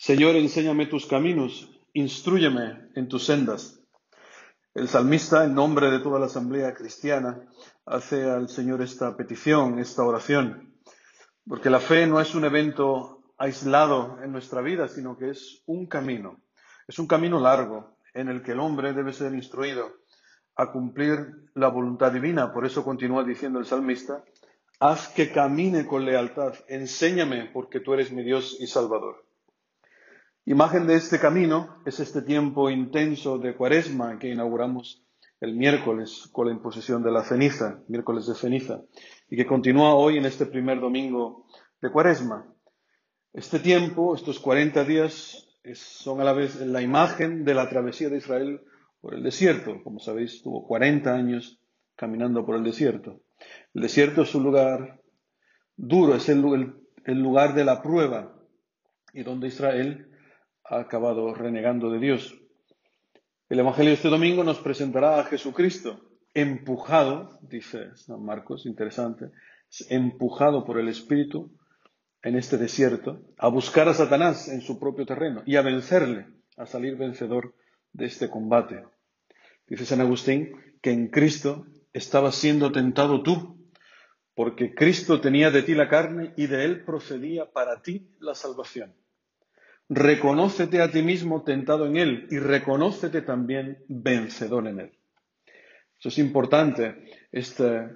Señor, enséñame tus caminos, instrúyeme en tus sendas. El salmista, en nombre de toda la asamblea cristiana, hace al Señor esta petición, esta oración, porque la fe no es un evento aislado en nuestra vida, sino que es un camino largo en el que el hombre debe ser instruido a cumplir la voluntad divina. Por eso continúa diciendo el salmista: haz que camine con lealtad, enséñame porque tú eres mi Dios y Salvador. Imagen de este camino es este tiempo intenso de Cuaresma que inauguramos el miércoles con la imposición de la ceniza, miércoles de ceniza, y que continúa hoy en este primer domingo de Cuaresma. Este tiempo, estos 40 días, son a la vez la imagen de la travesía de Israel por el desierto. Como sabéis, tuvo 40 años caminando por el desierto. El desierto es un lugar duro, es el lugar de la prueba, y donde Israel ha acabado renegando de Dios. El Evangelio de este domingo nos presentará a Jesucristo, empujado, dice San Marcos, interesante, empujado por el Espíritu en este desierto, a buscar a Satanás en su propio terreno y a vencerle, a salir vencedor de este combate. Dice San Agustín que en Cristo estabas siendo tentado tú, porque Cristo tenía de ti la carne y de él procedía para ti la salvación. Reconócete a ti mismo tentado en él y reconócete también vencedor en él. Eso es importante, este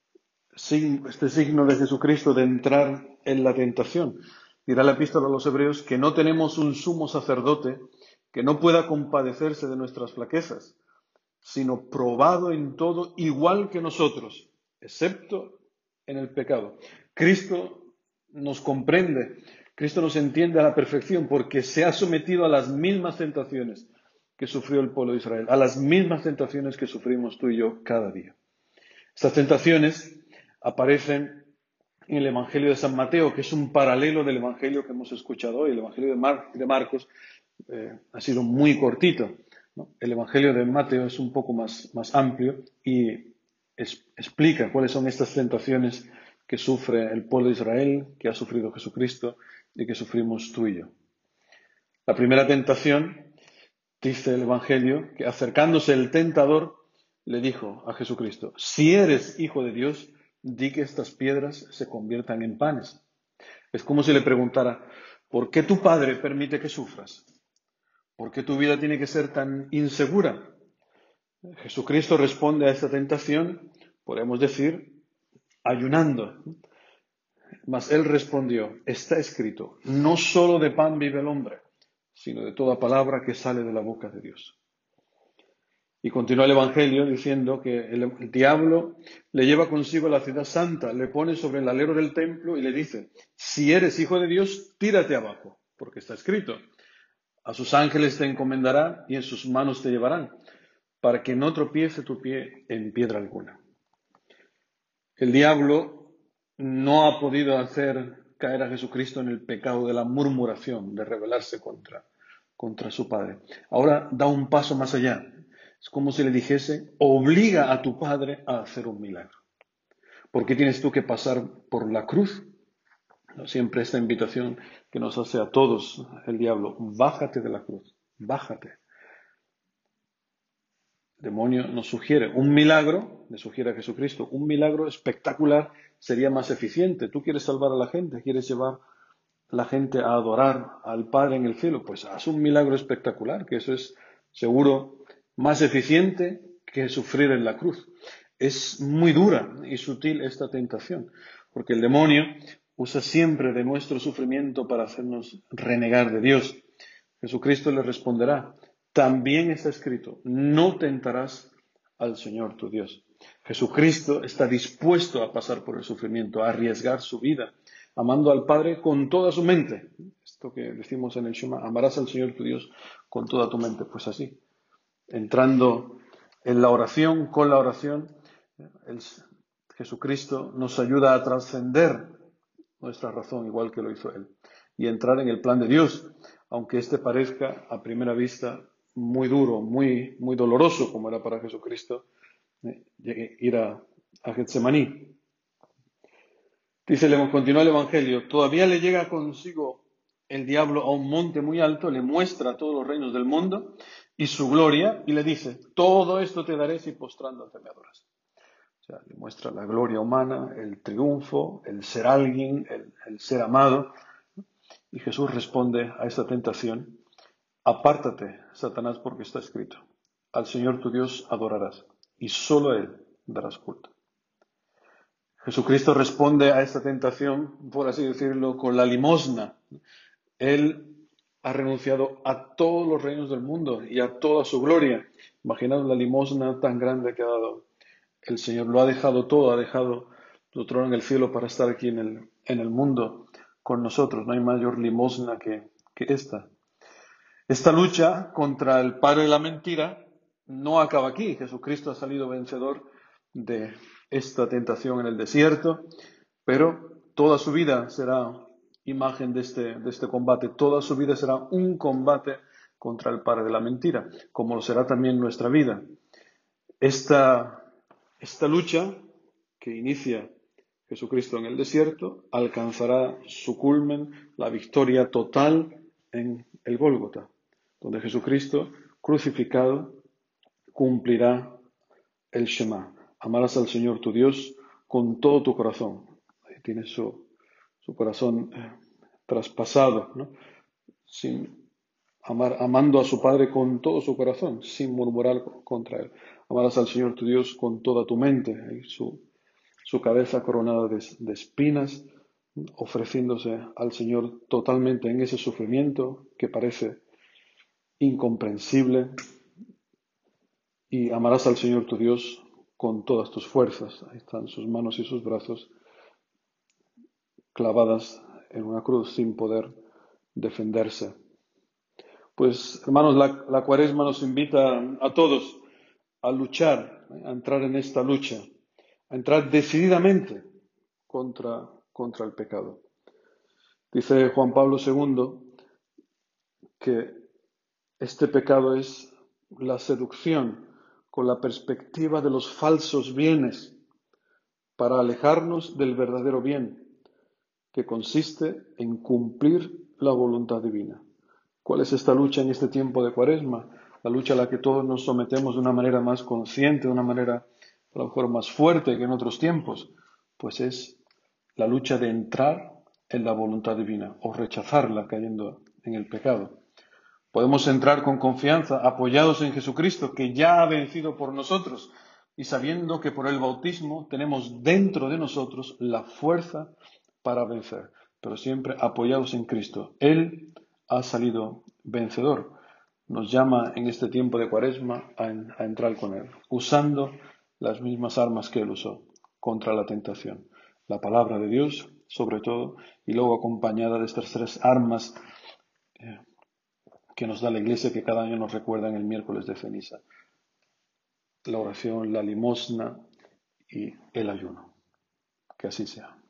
signo de Jesucristo de entrar en la tentación. Dirá la epístola a los Hebreos que no tenemos un sumo sacerdote que no pueda compadecerse de nuestras flaquezas, sino probado en todo igual que nosotros, excepto en el pecado. Cristo nos comprende, Cristo nos entiende a la perfección porque se ha sometido a las mismas tentaciones que sufrió el pueblo de Israel, a las mismas tentaciones que sufrimos tú y yo cada día. Estas tentaciones aparecen en el Evangelio de San Mateo, que es un paralelo del Evangelio que hemos escuchado hoy. El Evangelio de Marcos ha sido muy cortito, ¿no? El Evangelio de Mateo es un poco más amplio y explica cuáles son estas tentaciones que sufre el pueblo de Israel, que ha sufrido Jesucristo y que sufrimos tú y yo. La primera tentación, dice el Evangelio, que acercándose el tentador le dijo a Jesucristo: si eres hijo de Dios, di que estas piedras se conviertan en panes. Es como si le preguntara: ¿por qué tu Padre permite que sufras? ¿Por qué tu vida tiene que ser tan insegura? Jesucristo responde a esta tentación, podemos decir, ayunando. Mas él respondió: está escrito, no solo de pan vive el hombre, sino de toda palabra que sale de la boca de Dios. Y continúa el Evangelio diciendo que el diablo le lleva consigo a la ciudad santa, le pone sobre el alero del templo y le dice: si eres hijo de Dios, tírate abajo, porque está escrito, a sus ángeles te encomendará y en sus manos te llevarán, para que no tropiece tu pie en piedra alguna. El diablo no ha podido hacer caer a Jesucristo en el pecado de la murmuración, de rebelarse contra su Padre. Ahora da un paso más allá. Es como si le dijese: obliga a tu Padre a hacer un milagro. ¿Por qué tienes tú que pasar por la cruz? No, siempre esta invitación que nos hace a todos el diablo: bájate de la cruz, bájate. El demonio nos sugiere un milagro, le sugiere a Jesucristo, un milagro espectacular sería más eficiente. Tú quieres salvar a la gente, quieres llevar a la gente a adorar al Padre en el cielo, pues haz un milagro espectacular, que eso es seguro más eficiente que sufrir en la cruz. Es muy dura y sutil esta tentación, porque el demonio usa siempre de nuestro sufrimiento para hacernos renegar de Dios. Jesucristo le responderá: también está escrito, no tentarás al Señor tu Dios. Jesucristo está dispuesto a pasar por el sufrimiento, a arriesgar su vida, amando al Padre con toda su mente. Esto que decimos en el Shema: amarás al Señor tu Dios con toda tu mente. Pues así, entrando en la oración, con la oración, Jesucristo nos ayuda a trascender nuestra razón, igual que lo hizo Él, y entrar en el plan de Dios, aunque este parezca a primera vista muy duro, muy doloroso, como era para Jesucristo ir a Getsemaní. Continúa el Evangelio: todavía le llega consigo el diablo a un monte muy alto, le muestra todos los reinos del mundo y su gloria y le dice, todo esto te daré si postrándote me adoras. O sea, le muestra la gloria humana, el triunfo, el ser alguien, el ser amado. Y Jesús responde a esta tentación, apártate, Satanás, porque está escrito, al Señor tu Dios adorarás y solo a Él darás culto. Jesucristo responde a esta tentación, por así decirlo, con la limosna. Él ha renunciado a todos los reinos del mundo y a toda su gloria. Imaginaos la limosna tan grande que ha dado el Señor. Lo ha dejado todo, ha dejado su trono en el cielo para estar aquí en el mundo con nosotros. No hay mayor limosna que esta. Esta lucha contra el padre de la mentira no acaba aquí. Jesucristo ha salido vencedor de esta tentación en el desierto, pero toda su vida será imagen de este combate. Toda su vida será un combate contra el padre de la mentira, como lo será también nuestra vida. Esta lucha que inicia Jesucristo en el desierto alcanzará su culmen, la victoria total en el Gólgota, donde Jesucristo, crucificado, cumplirá el Shema. Amarás al Señor tu Dios con todo tu corazón. Ahí tiene su corazón traspasado, ¿no? Amando a su Padre con todo su corazón, sin murmurar contra Él. Amarás al Señor tu Dios con toda tu mente. Ahí su cabeza coronada de espinas, ofreciéndose al Señor totalmente en ese sufrimiento que parece incomprensible. Y amarás al Señor tu Dios con todas tus fuerzas. Ahí están sus manos y sus brazos clavadas en una cruz sin poder defenderse. Pues, hermanos, la Cuaresma nos invita a todos a luchar, a entrar en esta lucha, a entrar decididamente contra el pecado. Dice Juan Pablo II que este pecado es la seducción con la perspectiva de los falsos bienes para alejarnos del verdadero bien, que consiste en cumplir la voluntad divina. ¿Cuál es esta lucha en este tiempo de Cuaresma? La lucha a la que todos nos sometemos de una manera más consciente, de una manera a lo mejor más fuerte que en otros tiempos, pues es la lucha de entrar en la voluntad divina o rechazarla cayendo en el pecado. Podemos entrar con confianza, apoyados en Jesucristo, que ya ha vencido por nosotros, y sabiendo que por el bautismo tenemos dentro de nosotros la fuerza para vencer, pero siempre apoyados en Cristo. Él ha salido vencedor. Nos llama en este tiempo de Cuaresma a entrar con Él, usando las mismas armas que Él usó contra la tentación. La palabra de Dios, sobre todo, y luego acompañada de estas tres armas que nos da la Iglesia, que cada año nos recuerda en el miércoles de ceniza: la oración, la limosna y el ayuno. Que así sea.